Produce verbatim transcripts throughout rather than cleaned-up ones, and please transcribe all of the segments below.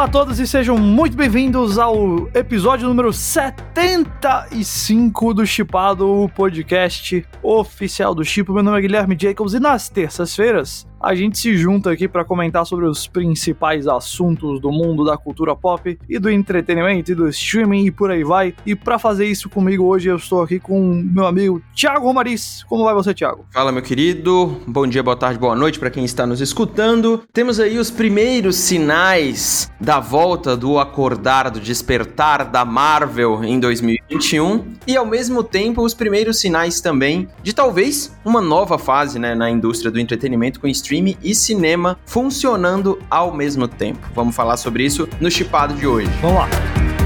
Olá a todos e sejam muito bem-vindos ao episódio número setenta e cinco do Shippado, o podcast oficial do Shippo. Meu nome é Guilherme Jacobs e nas terças-feiras a gente se junta aqui para comentar sobre os principais assuntos do mundo da cultura pop e do entretenimento e do streaming e por aí vai. E para fazer isso comigo hoje eu estou aqui com meu amigo Thiago Romariz. Como vai você, Thiago? Fala, meu querido. Bom dia, boa tarde, boa noite para quem está nos escutando. Temos aí os primeiros sinais da volta do acordar, do despertar da Marvel em dois mil e vinte e um e ao mesmo tempo os primeiros sinais também de talvez uma nova fase, né, na indústria do entretenimento com streaming e cinema funcionando ao mesmo tempo. Vamos falar sobre isso no Shippado de hoje. Vamos lá.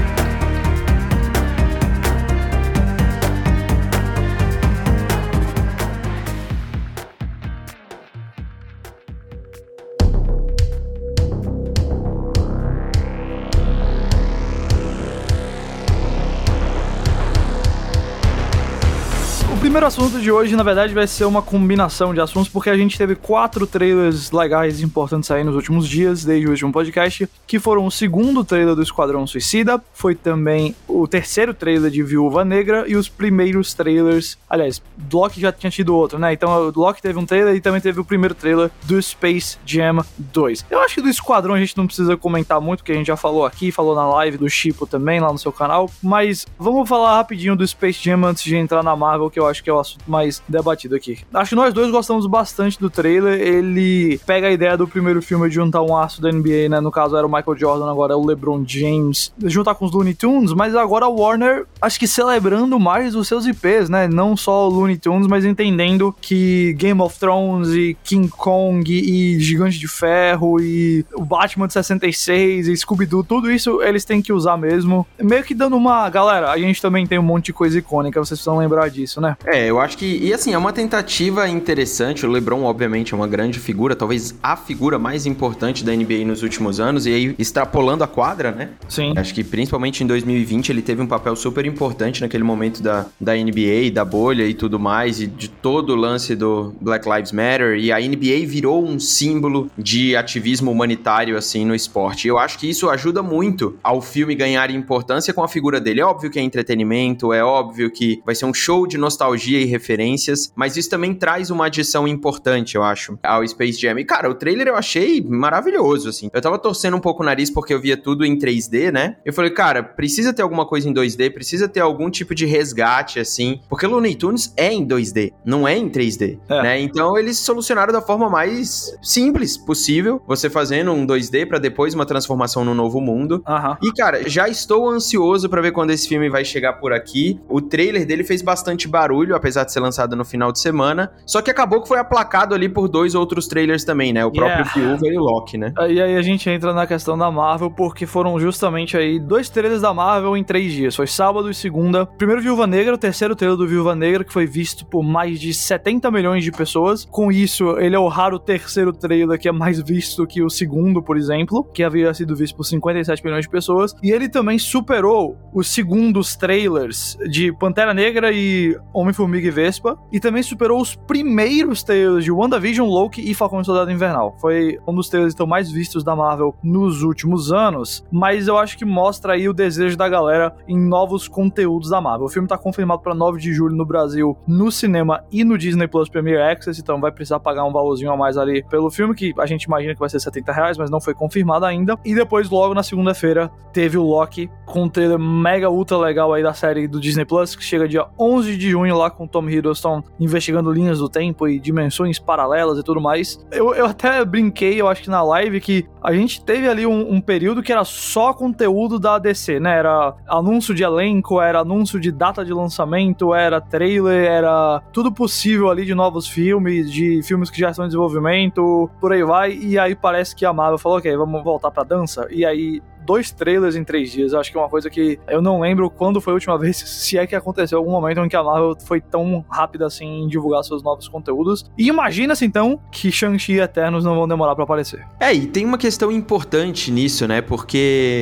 O primeiro assunto de hoje, na verdade, vai ser uma combinação de assuntos, porque a gente teve quatro trailers legais e importantes aí nos últimos dias, desde o último podcast, que foram o segundo trailer do Esquadrão Suicida, foi também o terceiro trailer de Viúva Negra e os primeiros trailers, aliás, Loki já tinha tido outro, né? Então o Loki teve um trailer e também teve o primeiro trailer do Space Jam dois. Eu acho que do Esquadrão a gente não precisa comentar muito, porque a gente já falou aqui, falou na live do Shippo também, lá no seu canal, mas vamos falar rapidinho do Space Jam antes de entrar na Marvel, que eu acho que é o assunto mais debatido aqui. Acho que nós dois gostamos bastante do trailer. Ele pega a ideia do primeiro filme de juntar um astro da N B A, né? No caso era o Michael Jordan, agora é o LeBron James, juntar com os Looney Tunes, mas agora a Warner, acho que celebrando mais os seus I Ps, né? Não só o Looney Tunes, mas entendendo que Game of Thrones e King Kong e Gigante de Ferro e o Batman de sessenta e seis e Scooby-Doo, tudo isso eles têm que usar mesmo. Meio que dando uma... Galera, a gente também tem um monte de coisa icônica, vocês precisam lembrar disso, né? É, eu acho que, e assim, é uma tentativa interessante. O LeBron, obviamente, é uma grande figura, talvez a figura mais importante da N B A nos últimos anos, e aí extrapolando a quadra, né? Sim. Acho que principalmente em dois mil e vinte ele teve um papel super importante naquele momento da, da N B A, da bolha e tudo mais, e de todo o lance do Black Lives Matter, e a N B A virou um símbolo de ativismo humanitário, assim, no esporte. E eu acho que isso ajuda muito ao filme ganhar importância com a figura dele. É óbvio que é entretenimento, é óbvio que vai ser um show de nostalgia e referências, mas isso também traz uma adição importante, eu acho, ao Space Jam. E, cara, o trailer eu achei maravilhoso, assim. Eu tava torcendo um pouco o nariz porque eu via tudo em três D, né? Eu falei, cara, precisa ter alguma coisa em dois D, precisa ter algum tipo de resgate, assim, porque o Looney Tunes é em dois D, não é em três D, é. né? Então, eles solucionaram da forma mais simples possível, você fazendo um dois D pra depois uma transformação no novo mundo. Uhum. E, cara, já estou ansioso pra ver quando esse filme vai chegar por aqui. O trailer dele fez bastante barulho, apesar de ser lançado no final de semana, só que acabou que foi aplacado ali por dois outros trailers também, né? O próprio yeah. Viúva e o Loki, né? E aí a gente entra na questão da Marvel, porque foram justamente aí dois trailers da Marvel em três dias. Foi sábado e segunda. Primeiro Viúva Negra, o terceiro trailer do Viúva Negra, que foi visto por mais de setenta milhões de pessoas. Com isso, ele é o raro terceiro trailer que é mais visto que o segundo, por exemplo, que havia sido visto por cinquenta e sete milhões de pessoas. E ele também superou os segundos trailers de Pantera Negra e Homem-Formiga e Vespa, e também superou os primeiros trailers de WandaVision, Loki e Falcão e Soldado Invernal. Foi um dos trailers então mais vistos da Marvel nos últimos anos, mas eu acho que mostra aí o desejo da galera em novos conteúdos da Marvel. O filme tá confirmado para nove de julho no Brasil, no cinema e no Disney Plus Premier Access, então vai precisar pagar um valorzinho a mais ali pelo filme, que a gente imagina que vai ser setenta reais, mas não foi confirmado ainda. E depois, logo na segunda-feira, teve o Loki com um trailer mega ultra legal aí da série do Disney Plus, que chega dia onze de junho lá com o Tom Hiddleston investigando linhas do tempo e dimensões paralelas e tudo mais. Eu, eu até brinquei, eu acho que na live, que a gente teve ali um, um período que era só conteúdo da D C, né? Era anúncio de elenco, era anúncio de data de lançamento, era trailer, era tudo possível ali de novos filmes, de filmes que já estão em desenvolvimento, por aí vai. E aí parece que a Marvel falou, ok, vamos voltar pra dança. E aí dois trailers em três dias. Eu acho que é uma coisa que eu não lembro quando foi a última vez, se é que aconteceu algum momento em que a Marvel foi tão rápida assim em divulgar seus novos conteúdos. E imagina-se então que Shang-Chi e Eternos não vão demorar pra aparecer. É, e tem uma questão importante nisso, né? Porque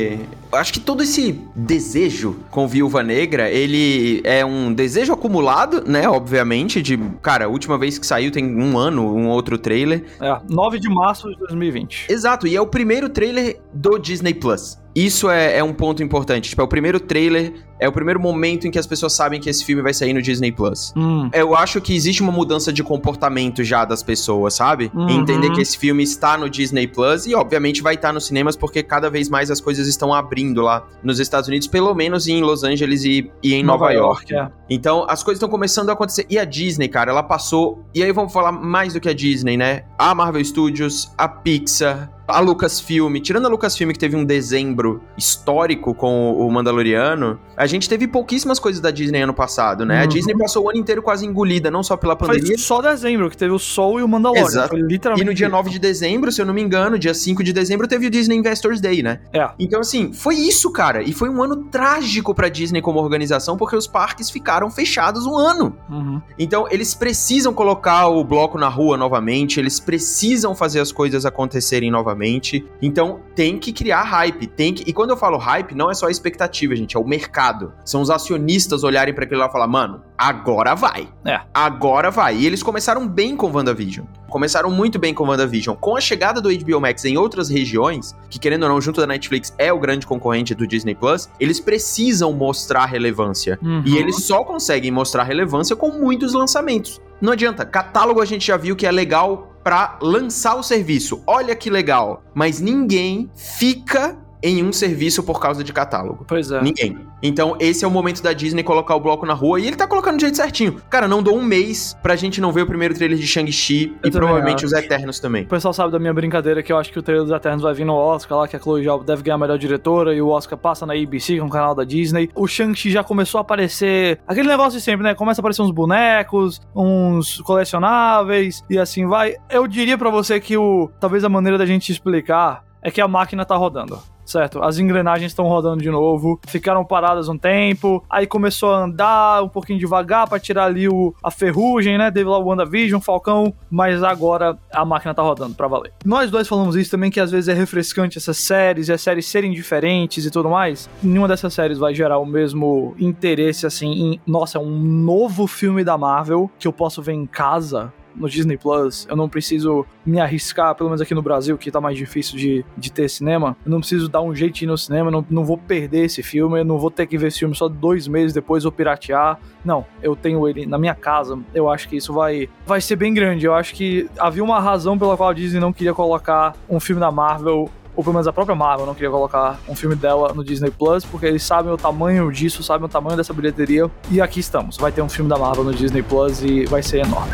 acho que todo esse desejo com Viúva Negra, ele é um desejo acumulado, né, obviamente, de, cara, a última vez que saiu tem um ano, um outro trailer. É, nove de março de dois mil e vinte. Exato, e é o primeiro trailer do Disney Plus. Isso é, é um ponto importante. Tipo, é o primeiro trailer, é o primeiro momento em que as pessoas sabem que esse filme vai sair no Disney Plus. Hum. Eu acho que existe uma mudança de comportamento já das pessoas, sabe? Uhum. Entender que esse filme está no Disney Plus e, obviamente, vai estar nos cinemas porque cada vez mais as coisas estão abrindo lá nos Estados Unidos, pelo menos em Los Angeles e, e em Nova, Nova York. York. É. Então, as coisas estão começando a acontecer. E a Disney, cara, ela passou... E aí vamos falar mais do que a Disney, né? A Marvel Studios, a Pixar... A Lucasfilm, tirando a Lucasfilm que teve um dezembro histórico com o Mandaloriano, a gente teve pouquíssimas coisas da Disney ano passado, né? Uhum. A Disney passou o ano inteiro quase engolida, não só pela pandemia. Foi só dezembro, que teve o Soul e o Mandalorian. Exato. Foi literalmente... E no dia nove de dezembro, se eu não me engano, dia cinco de dezembro, teve o Disney Investors Day, né? É. Então, assim, foi isso, cara. E foi um ano trágico pra Disney como organização, porque os parques ficaram fechados um ano. Uhum. Então, eles precisam colocar o bloco na rua novamente, eles precisam fazer as coisas acontecerem novamente. Então, tem que criar hype, tem que... E quando eu falo hype, não é só a expectativa, gente, é o mercado. São os acionistas olharem pra aquilo lá e falar, mano, agora vai. É. Agora vai. E eles começaram bem com WandaVision. Começaram muito bem com WandaVision. Com a chegada do H B O Max em outras regiões, que querendo ou não, junto da Netflix, é o grande concorrente do Disney Plus, eles precisam mostrar relevância. Uhum. E eles só conseguem mostrar relevância com muitos lançamentos. Não adianta. Catálogo a gente já viu que é legal pra lançar o serviço. Olha que legal. Mas ninguém fica em um serviço por causa de catálogo. Pois é. Ninguém. Então, esse é o momento da Disney colocar o bloco na rua, e ele tá colocando do jeito certinho. Cara, não dou um mês pra gente não ver o primeiro trailer de Shang-Chi e provavelmente acho. Os Eternos também. O pessoal sabe da minha brincadeira que eu acho que o trailer dos Eternos vai vir no Oscar lá, que a Chloe já deve ganhar a melhor diretora, e o Oscar passa na A B C, com o canal da Disney. O Shang-Chi já começou a aparecer... Aquele negócio de sempre, né? Começa a aparecer uns bonecos, uns colecionáveis, e assim vai. Eu diria pra você que o... talvez a maneira da gente explicar é que a máquina tá rodando. Certo, as engrenagens estão rodando de novo, ficaram paradas um tempo, aí começou a andar um pouquinho devagar pra tirar ali o, a ferrugem, né, teve lá o WandaVision, Falcão, mas agora a máquina tá rodando pra valer. Nós dois falamos isso também, que às vezes é refrescante essas séries, e as séries serem diferentes e tudo mais. Nenhuma dessas séries vai gerar o mesmo interesse, assim, em, nossa, é um novo filme da Marvel que eu posso ver em casa, no Disney Plus, eu não preciso me arriscar, pelo menos aqui no Brasil, que tá mais difícil de, de ter cinema, eu não preciso dar um jeitinho no cinema, não, não vou perder esse filme, eu não vou ter que ver esse filme só dois meses depois ou piratear, não, eu tenho ele na minha casa, eu acho que isso vai, vai ser bem grande, eu acho que havia uma razão pela qual a Disney não queria colocar um filme da Marvel, ou pelo menos a própria Marvel não queria colocar um filme dela no Disney Plus, porque eles sabem o tamanho disso, sabem o tamanho dessa bilheteria, e aqui estamos, vai ter um filme da Marvel no Disney Plus e vai ser enorme.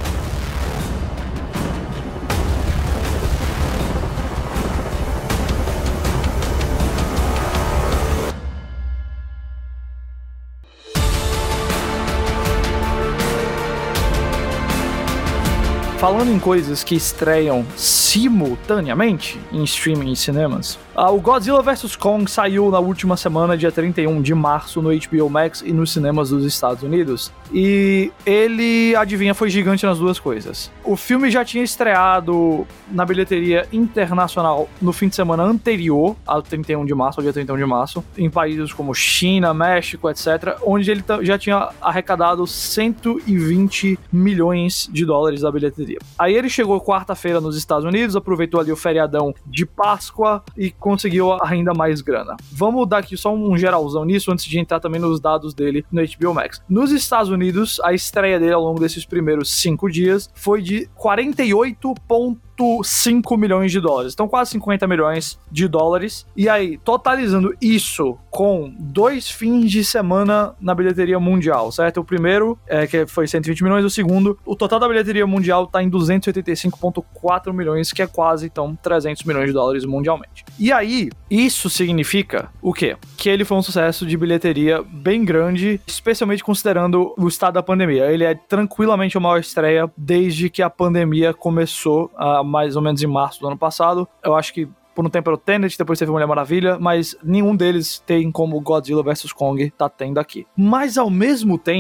Falando em coisas que estreiam simultaneamente em streaming e cinemas, o Godzilla versus. Kong saiu na última semana, dia trinta e um de março, no H B O Max e nos cinemas dos Estados Unidos. E ele, adivinha, foi gigante nas duas coisas. O filme já tinha estreado na bilheteria internacional no fim de semana anterior, ao trinta e um de março, ao dia trinta e um de março, em países como China, México, etcétera, onde ele já tinha arrecadado cento e vinte milhões de dólares da bilheteria. Aí ele chegou quarta-feira nos Estados Unidos, aproveitou ali o feriadão de Páscoa e conseguiu ainda mais grana. Vamos dar aqui só um geralzão nisso antes de entrar também nos dados dele no H B O Max. Nos Estados Unidos, a estreia dele ao longo desses primeiros cinco dias foi de quarenta e oito vírgula cinco milhões de dólares. Então quase cinquenta milhões de dólares. E aí, totalizando isso com dois fins de semana na bilheteria mundial, certo? O primeiro, é, que foi cento e vinte milhões, o segundo, o total da bilheteria mundial tá em duzentos e oitenta e cinco vírgula quatro milhões, que é quase, então, trezentos milhões de dólares mundialmente. E aí, isso significa o quê? Que ele foi um sucesso de bilheteria bem grande, especialmente considerando o estado da pandemia. Ele é tranquilamente a maior estreia desde que a pandemia começou a mais ou menos em março do ano passado. Eu acho que por um tempo era o Tenet, depois teve Mulher Maravilha, mas nenhum deles tem como Godzilla versus. Kong tá tendo aqui. Mas ao mesmo tempo,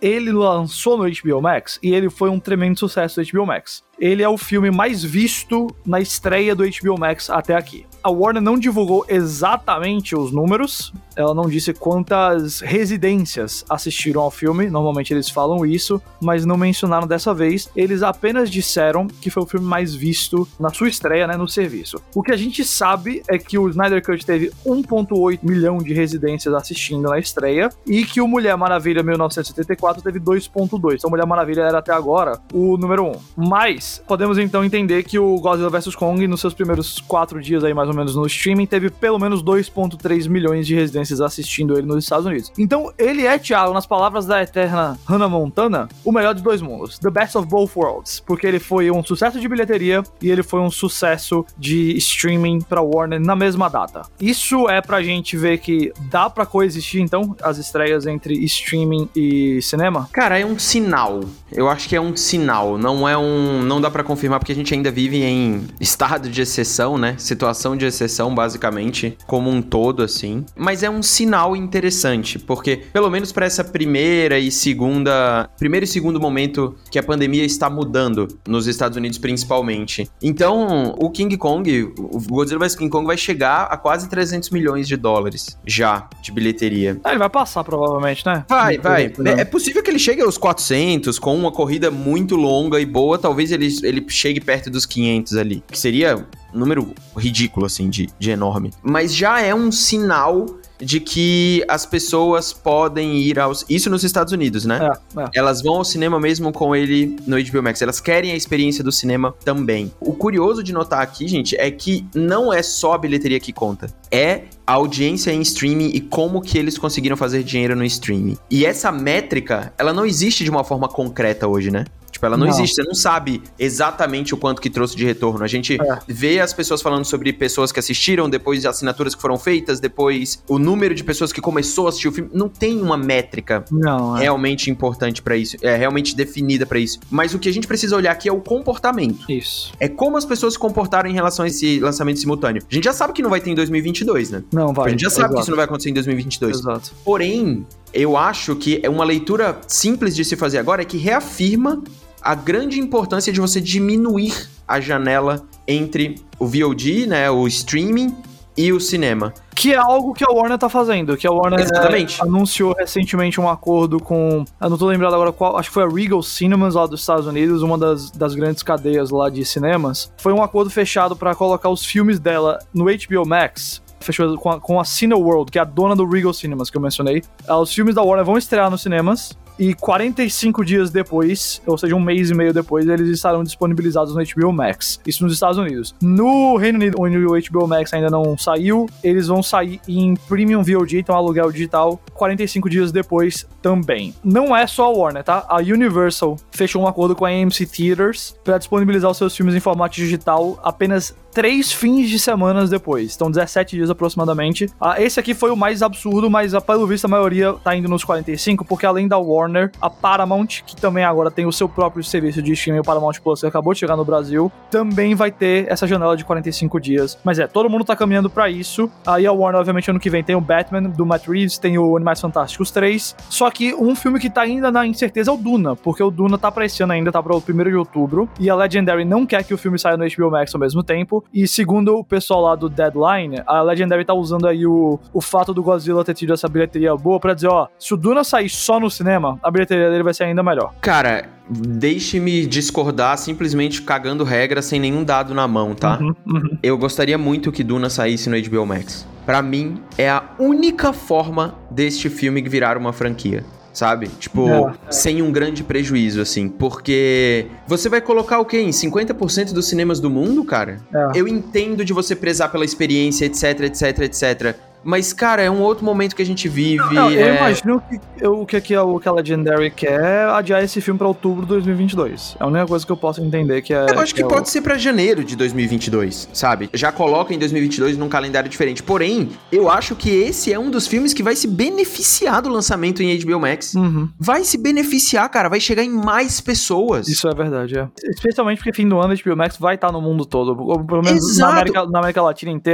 ele lançou no H B O Max e ele foi um tremendo sucesso do H B O Max. Ele é o filme mais visto na estreia do H B O Max até aqui. A Warner não divulgou exatamente os números, ela não disse quantas residências assistiram ao filme, normalmente eles falam isso, mas não mencionaram dessa vez. Eles apenas disseram que foi o filme mais visto na sua estreia, né, no serviço. O que a gente sabe é que o Snyder Cut teve um vírgula oito milhão de residências assistindo na estreia e que o Mulher Maravilha mil novecentos e setenta e quatro teve dois vírgula dois. Então Mulher Maravilha era até agora o número um. Mas podemos então entender que o Godzilla versus. Kong, nos seus primeiros quatro dias aí mais ou menos no streaming, teve pelo menos dois vírgula três milhões de residências assistindo ele nos Estados Unidos. Então ele é, Thiago, nas palavras da eterna Hannah Montana, o melhor de dois mundos. The best of both worlds. Porque ele foi um sucesso de bilheteria e ele foi um sucesso de streaming pra Warner na mesma data. Isso é pra gente ver que dá pra coexistir, então, as estreias entre streaming e cinema? Cara, é um sinal. Eu acho que é um sinal. Não é um... Não dá pra confirmar porque a gente ainda vive em estado de exceção, né? Situação de exceção, basicamente, como um todo, assim. Mas é um sinal interessante, porque, pelo menos pra essa primeira e segunda... Primeiro e segundo momento que a pandemia está mudando, nos Estados Unidos principalmente. Então, o King Kong, o Godzilla versus. King Kong vai chegar a quase trezentos milhões de dólares já, de bilheteria. Ah, ele vai passar, provavelmente, né? Vai, vai. É, é possível que ele chegue aos quatrocentos, com uma corrida muito longa e boa, talvez ele, ele chegue perto dos quinhentos ali, que seria um número ridículo, assim, de, de enorme. Mas já é um sinal de que as pessoas podem ir aos... Isso nos Estados Unidos, né? É, é. Elas vão ao cinema mesmo com ele no H B O Max. Elas querem a experiência do cinema também. O curioso de notar aqui, gente, é que não é só a bilheteria que conta. É a audiência em streaming e como que eles conseguiram fazer dinheiro no streaming. E essa métrica, ela não existe de uma forma concreta hoje, né? Tipo, ela não, não existe, você não sabe exatamente o quanto que trouxe de retorno. A gente é. vê as pessoas falando sobre pessoas que assistiram, depois assinaturas que foram feitas, depois o número de pessoas que começou a assistir o filme. Não tem uma métrica não, é. realmente importante pra isso, é realmente definida pra isso. Mas o que a gente precisa olhar aqui é o comportamento. Isso. É como as pessoas se comportaram em relação a esse lançamento simultâneo. A gente já sabe que não vai ter em dois mil e vinte e dois, né? Não vai. A gente já sabe Exato. que isso não vai acontecer em dois mil e vinte e dois. Exato. Porém, eu acho que é uma leitura simples de se fazer agora, é que reafirma a grande importância de você diminuir a janela entre o V O D, né, o streaming e o cinema. Que é algo que a Warner tá fazendo, que a Warner Exatamente. É, anunciou recentemente um acordo com, eu não tô lembrado agora qual, acho que foi a Regal Cinemas lá dos Estados Unidos, uma das, das grandes cadeias lá de cinemas. Foi um acordo fechado pra colocar os filmes dela no H B O Max, fechou com a, com a Cineworld, que é a dona do Regal Cinemas que eu mencionei. Os filmes da Warner vão estrear nos cinemas e quarenta e cinco dias depois, ou seja, um mês e meio depois, eles estarão disponibilizados no H B O Max. Isso nos Estados Unidos. No Reino Unido, onde o H B O Max ainda não saiu, eles vão sair em Premium V O D, então aluguel digital, quarenta e cinco dias depois também. Não é só a Warner, tá? A Universal fechou um acordo com a A M C Theaters para disponibilizar os seus filmes em formato digital apenas três fins de semanas depois. Então, dezessete dias aproximadamente. Ah, esse aqui foi o mais absurdo, mas pelo visto a maioria tá indo nos quarenta e cinco, porque além da Warner, a Paramount, que também agora tem o seu próprio serviço de streaming, o Paramount Plus, que acabou de chegar no Brasil, também vai ter essa janela de quarenta e cinco dias. Mas é, todo mundo tá caminhando pra isso. Aí a Warner, obviamente, ano que vem tem o Batman, do Matt Reeves, tem o Animais Fantásticos três. Só que um filme que tá ainda na incerteza é o Duna, porque o Duna tá pra esse ano ainda, tá pra o primeiro de outubro, e a Legendary não quer que o filme saia no H B O Max ao mesmo tempo. E segundo o pessoal lá do Deadline, a Legendary tá usando aí o, o fato do Godzilla ter tido essa bilheteria boa pra dizer, ó, se o Duna sair só no cinema, a bilheteria dele vai ser ainda melhor. Cara, deixe-me discordar simplesmente cagando regra sem nenhum dado na mão, tá? Uhum, uhum. Eu gostaria muito que Duna saísse no H B O Max. Pra mim, é a única forma deste filme virar uma franquia. Sabe? Tipo, é, é. sem um grande prejuízo, assim. Porque você vai colocar o quê? Em cinquenta por cento dos cinemas do mundo, cara? É. Eu entendo de você prezar pela experiência, etc, etc, etcétera. Mas, cara, é um outro momento que a gente vive. Não, não, eu é... imagino que eu, o que, que, a, o que a Legendary quer é adiar esse filme pra outubro de dois mil e vinte e dois. É a única coisa que eu posso entender que é... Eu acho que, que pode é o... ser pra janeiro de dois mil e vinte e dois, sabe? Já coloca em dois mil e vinte e dois num calendário diferente. Porém, eu acho que esse é um dos filmes que vai se beneficiar do lançamento em H B O Max. Uhum. Vai se beneficiar, cara. Vai chegar em mais pessoas. Isso é verdade, é. Especialmente porque fim do ano H B O Max vai estar no mundo todo. Ou pelo menos na América, na América Latina inteira.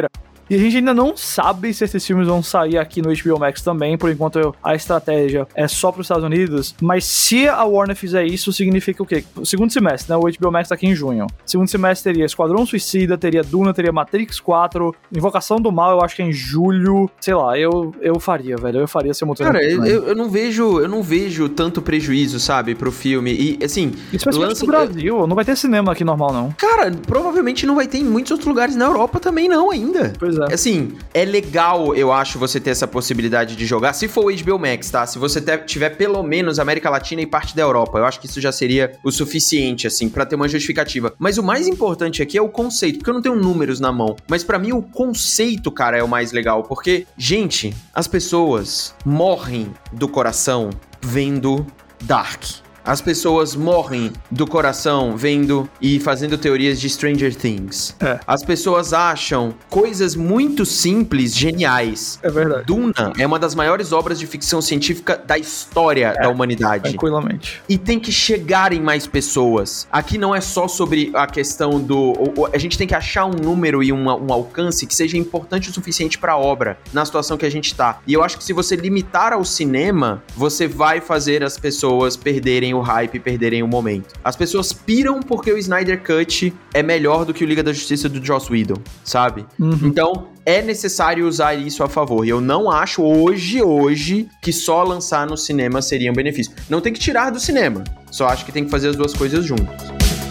E a gente ainda não sabe se esses filmes vão sair aqui no H B O Max também, por enquanto a estratégia é só para os Estados Unidos, mas se a Warner fizer isso, significa o quê? O segundo semestre, né? O H B O Max tá aqui em junho. Segundo semestre teria Esquadrão Suicida, teria Duna, teria Matrix quatro, Invocação do Mal, eu acho que é em julho, sei lá, eu, eu faria, velho, eu faria simultaneamente. Cara, eu, eu não vejo, eu não vejo tanto prejuízo, sabe, pro filme, e assim... Especialmente no Brasil, não vai ter cinema aqui normal, não. Cara, provavelmente não vai ter em muitos outros lugares na Europa também não ainda. Pois é. Assim, é legal, eu acho, você ter essa possibilidade de jogar, se for o H B O Max, tá? Se você tiver pelo menos América Latina e parte da Europa, eu acho que isso já seria o suficiente, assim, pra ter uma justificativa. Mas o mais importante aqui é o conceito, porque eu não tenho números na mão, mas pra mim o conceito, cara, é o mais legal, porque, gente, as pessoas morrem do coração vendo Dark. As pessoas morrem do coração vendo e fazendo teorias de Stranger Things. É. As pessoas acham coisas muito simples, geniais. É verdade. Duna é uma das maiores obras de ficção científica da história é, da humanidade. Tranquilamente. E tem que chegar em mais pessoas. Aqui não é só sobre a questão do... A gente tem que achar um número e uma, um alcance que seja importante o suficiente para a obra, na situação que a gente tá. E eu acho que se você limitar ao cinema, você vai fazer as pessoas perderem o hype e perderem o momento. As pessoas piram porque o Snyder Cut é melhor do que o Liga da Justiça do Joss Whedon, sabe? Uhum. Então, é necessário usar isso a favor. E eu não acho hoje, hoje, que só lançar no cinema seria um benefício. Não tem que tirar do cinema. Só acho que tem que fazer as duas coisas juntas.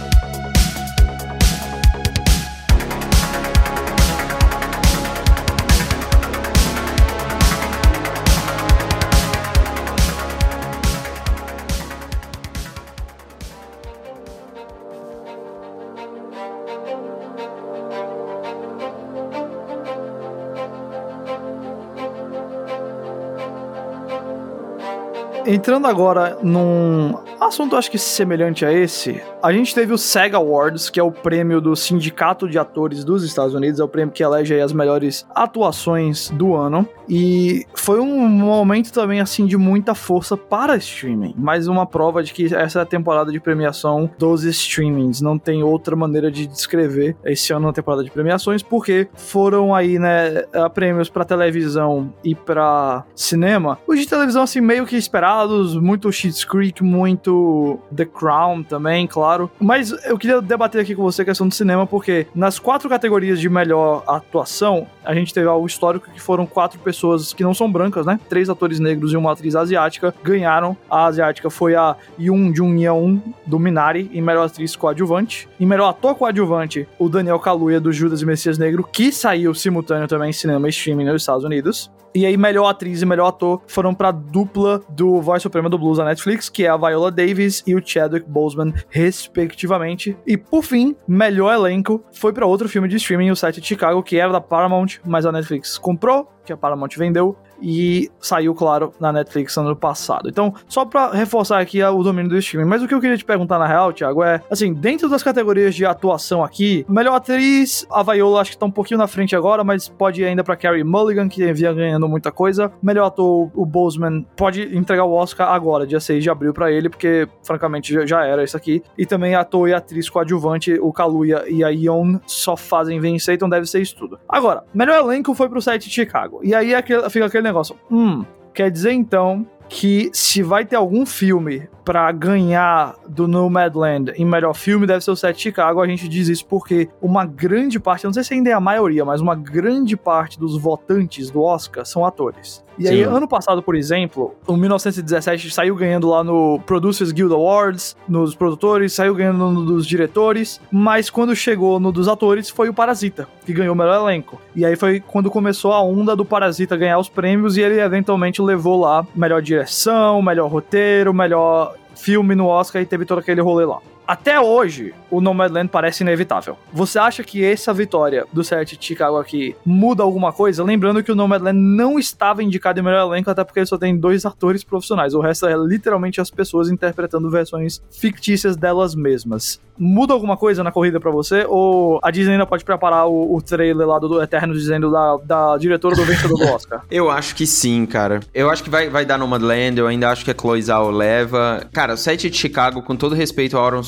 Entrando agora num assunto, acho que semelhante a esse, a gente teve o SAG Awards, que é o prêmio do Sindicato de Atores dos Estados Unidos, é o prêmio que elege aí as melhores atuações do ano, e foi um momento também, assim, de muita força para streaming, mais uma prova de que essa é a temporada de premiação dos streamings, não tem outra maneira de descrever esse ano na temporada de premiações, porque foram aí, né, prêmios para televisão e para cinema, os de televisão, assim, meio que esperados, muito Schitt's Creek, muito The Crown também, claro. Mas eu queria debater aqui com você a questão do cinema, porque nas quatro categorias de melhor atuação, a gente teve algo histórico que foram quatro pessoas que não são brancas, né? Três atores negros e uma atriz asiática ganharam. A asiática foi a Yoon Jung-yeon, do Minari, em melhor atriz coadjuvante. Em melhor ator coadjuvante, o Daniel Kaluuya, do Judas e Messias Negro, que saiu simultâneo também em cinema e streaming nos Estados Unidos. E aí, melhor atriz e melhor ator foram pra dupla do Voz Suprema do Blues da Netflix, que é a Viola Davis e o Chadwick Boseman, respectivamente. E, por fim, melhor elenco foi pra outro filme de streaming, o Sete de Chicago, que era da Paramount, mas a Netflix comprou, que a Paramount vendeu, e saiu, claro, na Netflix no ano passado. Então, só pra reforçar aqui o domínio do streaming, mas o que eu queria te perguntar na real, Thiago, é, assim, dentro das categorias de atuação aqui, melhor atriz, a Viola acho que tá um pouquinho na frente agora, mas pode ir ainda pra Carey Mulligan, que vinha ganhando muita coisa. Melhor ator, o Boseman, pode entregar o Oscar agora, dia seis de abril pra ele, porque, francamente, já, já era isso aqui. E também ator e atriz coadjuvante, o Kaluuya e a Yeon só fazem vencer, então deve ser isso tudo. Agora, melhor elenco foi pro Sete de Chicago. E aí aquele, fica aquele negócio, hum, quer dizer então que se vai ter algum filme pra ganhar do Nomadland em melhor filme, deve ser o Sete de Chicago. A gente diz isso porque uma grande parte, eu não sei se ainda é a maioria, mas uma grande parte dos votantes do Oscar são atores. E Sim. aí, ano passado, por exemplo, o mil novecentos e dezessete saiu ganhando lá no Producers Guild Awards, nos produtores, saiu ganhando no dos diretores, mas quando chegou no dos atores, foi o Parasita, que ganhou o melhor elenco. E aí foi quando começou a onda do Parasita ganhar os prêmios, e ele eventualmente levou lá melhor direção, melhor roteiro, melhor filme no Oscar, e teve todo aquele rolê lá. Até hoje, o Nomadland parece inevitável. Você acha que essa vitória do Sete de Chicago aqui muda alguma coisa? Lembrando que o Nomadland não estava indicado em melhor elenco, até porque ele só tem dois atores profissionais. O resto é literalmente as pessoas interpretando versões fictícias delas mesmas. Muda alguma coisa na corrida pra você? Ou a Disney ainda pode preparar o, o trailer lá do Eterno dizendo da, da diretora do vencedor do Oscar? Eu acho que sim, cara. Eu acho que vai, vai dar Nomadland, eu ainda acho que a Chloe Zhao leva. Cara, o Sete de Chicago, com todo respeito ao Aaron Sorkin,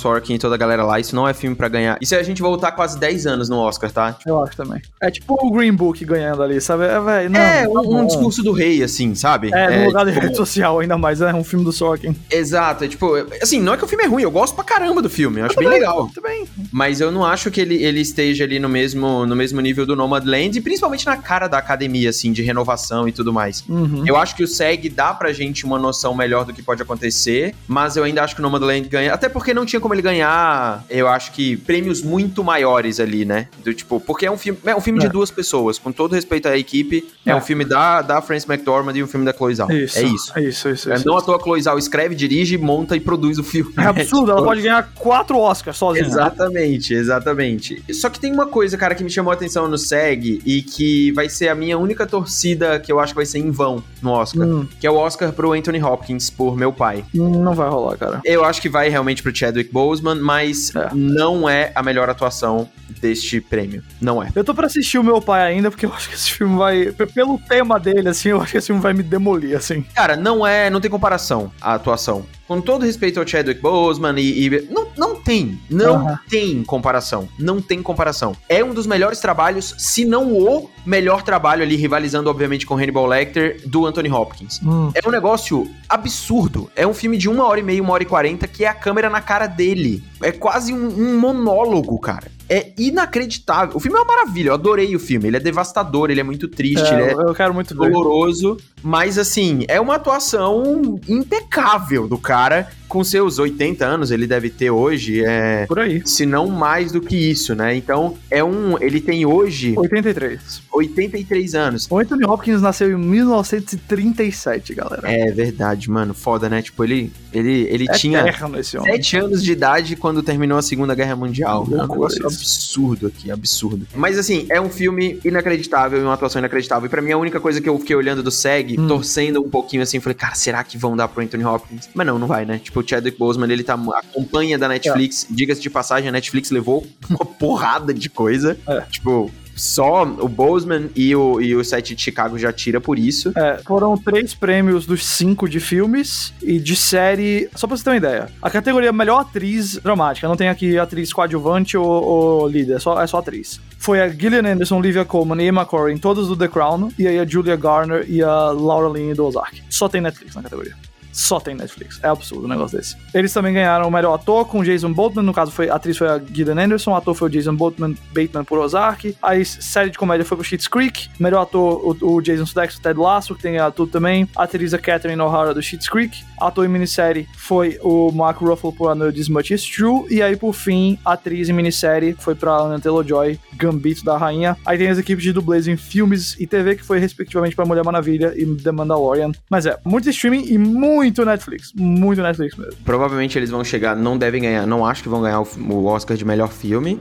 Sorkin e toda a galera lá, isso não é filme pra ganhar. Isso é a gente voltar quase dez anos no Oscar, tá? Eu acho também. É tipo o Green Book ganhando ali, sabe? É, véio, não, é não, um, um discurso do rei, assim, sabe? É, no é, lugar tipo... de rede social, ainda mais, é um filme do Sorkin. Exato, é tipo, assim, não é que o filme é ruim, eu gosto pra caramba do filme, eu acho bem, bem legal. Muito bem. Mas eu não acho que ele, ele esteja ali no mesmo, no mesmo nível do Nomadland, e principalmente na cara da academia, assim, de renovação e tudo mais. Uhum. Eu acho que o S E G dá pra gente uma noção melhor do que pode acontecer, mas eu ainda acho que o Nomadland ganha, até porque não tinha como ele ganhar, eu acho que prêmios muito maiores ali, né? Do tipo, porque é um filme, é um filme é. de duas pessoas, com todo respeito à equipe, é, é um filme da, da Frances McDormand e um filme da Chloe Zhao. Isso, é isso. É isso, isso, é, isso Não isso. à toa a Chloe Zhao escreve, dirige, monta e produz o filme. É absurdo, né? Ela pode ganhar quatro Oscars sozinha. Exatamente, exatamente. Só que tem uma coisa, cara, que me chamou a atenção no S E G e que vai ser a minha única torcida que eu acho que vai ser em vão no Oscar, hum. que é o Oscar pro Anthony Hopkins por Meu Pai. Não vai rolar, cara. Eu acho que vai realmente pro Chadwick Boseman, mas é. não é a melhor atuação deste prêmio. Não é. Eu tô pra assistir o Meu Pai ainda, porque eu acho que esse filme vai... Pelo tema dele, assim, eu acho que esse filme vai me demolir, assim. Cara, não é... Não tem comparação a atuação. Com todo respeito ao Chadwick Boseman e... e não, não tem. Não uhum. tem comparação. Não tem comparação. É um dos melhores trabalhos, se não o melhor trabalho ali, rivalizando, obviamente, com Hannibal Lecter, do Anthony Hopkins. Hum. É um negócio absurdo. É um filme de uma hora e meia, uma hora e quarenta, que é a câmera na cara dele. É quase um, um monólogo, cara. É inacreditável. O filme é uma maravilha, eu adorei o filme. Ele é devastador, ele é muito triste, é, ele é eu quero muito doloroso. Ver. Mas, assim, é uma atuação impecável do cara. Com seus oitenta anos, ele deve ter hoje, é... Por aí. Se não mais do que isso, né? Então, é um... Ele tem hoje... oitenta e três. oitenta e três anos. O Anthony Hopkins nasceu em mil novecentos e trinta e sete, galera. É verdade, mano. Foda, né? Tipo, ele, ele, ele é tinha sete anos de idade quando terminou a Segunda Guerra Mundial. É um negócio absurdo aqui, absurdo. Mas, assim, é um filme inacreditável e uma atuação inacreditável. E pra mim, a única coisa que eu fiquei olhando do S E G, hum. torcendo um pouquinho, assim, falei, cara, será que vão dar pro Anthony Hopkins? Mas não, não vai, né? Tipo, o Chadwick Boseman, ele tá... A companhia da Netflix, é. diga-se de passagem, a Netflix levou uma porrada de coisa. É. Tipo... Só o Boseman e o, e o Sete de Chicago já tira por isso. É, foram três prêmios dos cinco de filmes e de série... Só pra você ter uma ideia. A categoria Melhor Atriz Dramática. Não tem aqui atriz coadjuvante ou, ou líder. É só, é só atriz. Foi a Gillian Anderson, Olivia Colman e Emma Corrin, todas do The Crown. E aí a Julia Garner e a Laura Linney do Ozark. Só tem Netflix na categoria. Só tem Netflix. É absurdo um negócio desse. Eles também ganharam o melhor ator com Jason Bateman. No caso, foi, a atriz foi a Gillian Anderson. O ator foi o Jason Bateman, Bateman por Ozark. A série de comédia foi pro Schitt's Creek. Melhor ator, o, o Jason Sudeikis, Ted Lasso, que tem tudo também. A atriz a Catherine O'Hara do Schitt's Creek. Ator em minissérie foi o Mark Ruffalo por I Know This Much Is True. E aí, por fim, a atriz em minissérie foi pra Anya Taylor-Joy, Gambito da Rainha. Aí tem as equipes de dublês em filmes e T V, que foi respectivamente pra Mulher Maravilha e The Mandalorian. Mas é, muito streaming e muito Netflix. Muito Netflix mesmo. Provavelmente eles vão chegar, não devem ganhar, não acho que vão ganhar o, o Oscar de melhor filme,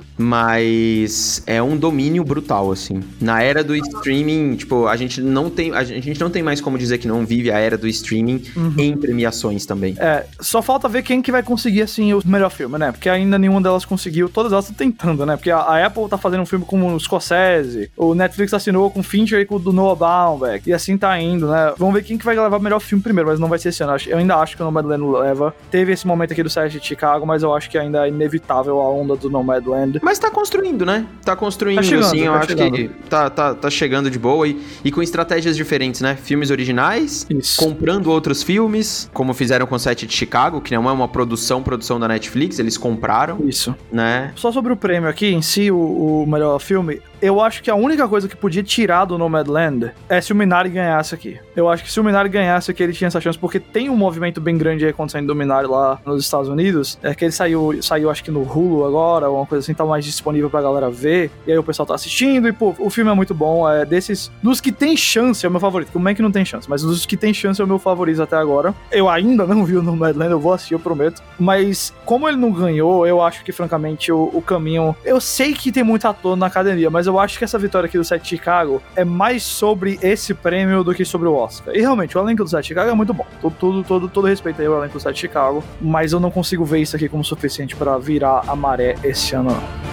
mas é um domínio brutal, assim. Na era do streaming, tipo, a gente não tem, a gente não tem mais como dizer que não vive a era do streaming uhum. em premiações também. É, só falta ver quem que vai conseguir, assim, o melhor filme, né? Porque ainda nenhuma delas conseguiu, todas elas estão tentando, né? Porque a, a Apple tá fazendo um filme com o Scorsese, o Netflix assinou com o Fincher e com o do Noah Baumbach, e assim tá indo, né? Vamos ver quem que vai levar o melhor filme primeiro, mas não vai ser esse ano. Eu ainda acho que o Nomadland leva. Teve esse momento aqui do Sete de Chicago, mas eu acho que ainda é inevitável a onda do Nomadland. Mas tá construindo, né? Tá construindo, tá chegando, assim, eu tá acho chegando. que tá, tá, tá chegando de boa e, e com estratégias diferentes, né? Filmes originais, Isso. comprando outros filmes, como fizeram com Sete de Chicago, que não é uma produção, produção da Netflix, eles compraram. Isso. Né? Só sobre o prêmio aqui, em si, o, o melhor filme, eu acho que a única coisa que podia tirar do Nomadland é se o Minari ganhasse aqui. Eu acho que se o Minari ganhasse aqui, ele tinha essa chance, porque tem um movimento bem grande aí acontecendo do Minari lá nos Estados Unidos, é que ele saiu, saiu acho que no Hulu agora, ou uma coisa assim, tá mais disponível pra galera ver, e aí o pessoal tá assistindo, e pô, o filme é muito bom, é desses, dos que tem chance é o meu favorito, como é que não tem chance, mas dos que tem chance é o meu favorito até agora. Eu ainda não vi o Nomadland, eu vou assistir, eu prometo, mas como ele não ganhou, eu acho que francamente o, o caminho, eu sei que tem muito ator na academia, mas eu acho que essa vitória aqui do Sete de Chicago é mais sobre esse prêmio do que sobre o Oscar. E realmente, o elenco do Sete de Chicago é muito bom. Todo, todo, todo, todo respeito aí ao elenco do Sete de Chicago, mas eu não consigo ver isso aqui como suficiente pra virar a maré esse ano, não.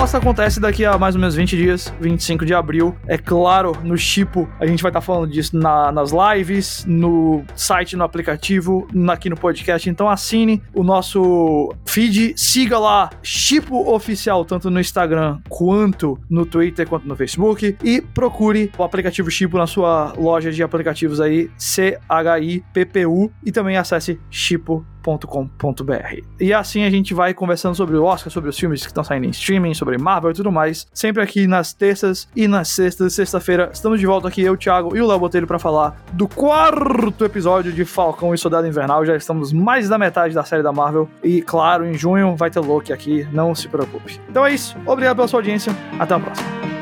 Oscar acontece daqui a mais ou menos vinte dias, vinte e cinco de abril. É claro, no Chipo, a gente vai estar falando disso na, nas lives, no site, no aplicativo, aqui no podcast. Então assine o nosso feed, siga lá, Chipo Oficial, tanto no Instagram quanto no Twitter, quanto no Facebook, e procure o aplicativo Chipo na sua loja de aplicativos aí, C H I P P U, e também acesse chipo ponto com ponto b r. E assim a gente vai conversando sobre o Oscar, sobre os filmes que estão saindo em streaming, sobre Marvel e tudo mais, sempre aqui nas terças e nas sextas. Sexta-feira estamos de volta aqui, eu, Thiago e o Léo Botelho, para falar do quarto episódio de Falcão e Soldado Invernal. Já estamos mais da metade da série da Marvel e, claro, em junho vai ter Loki aqui, não se preocupe. Então é isso, obrigado pela sua audiência, até a próxima.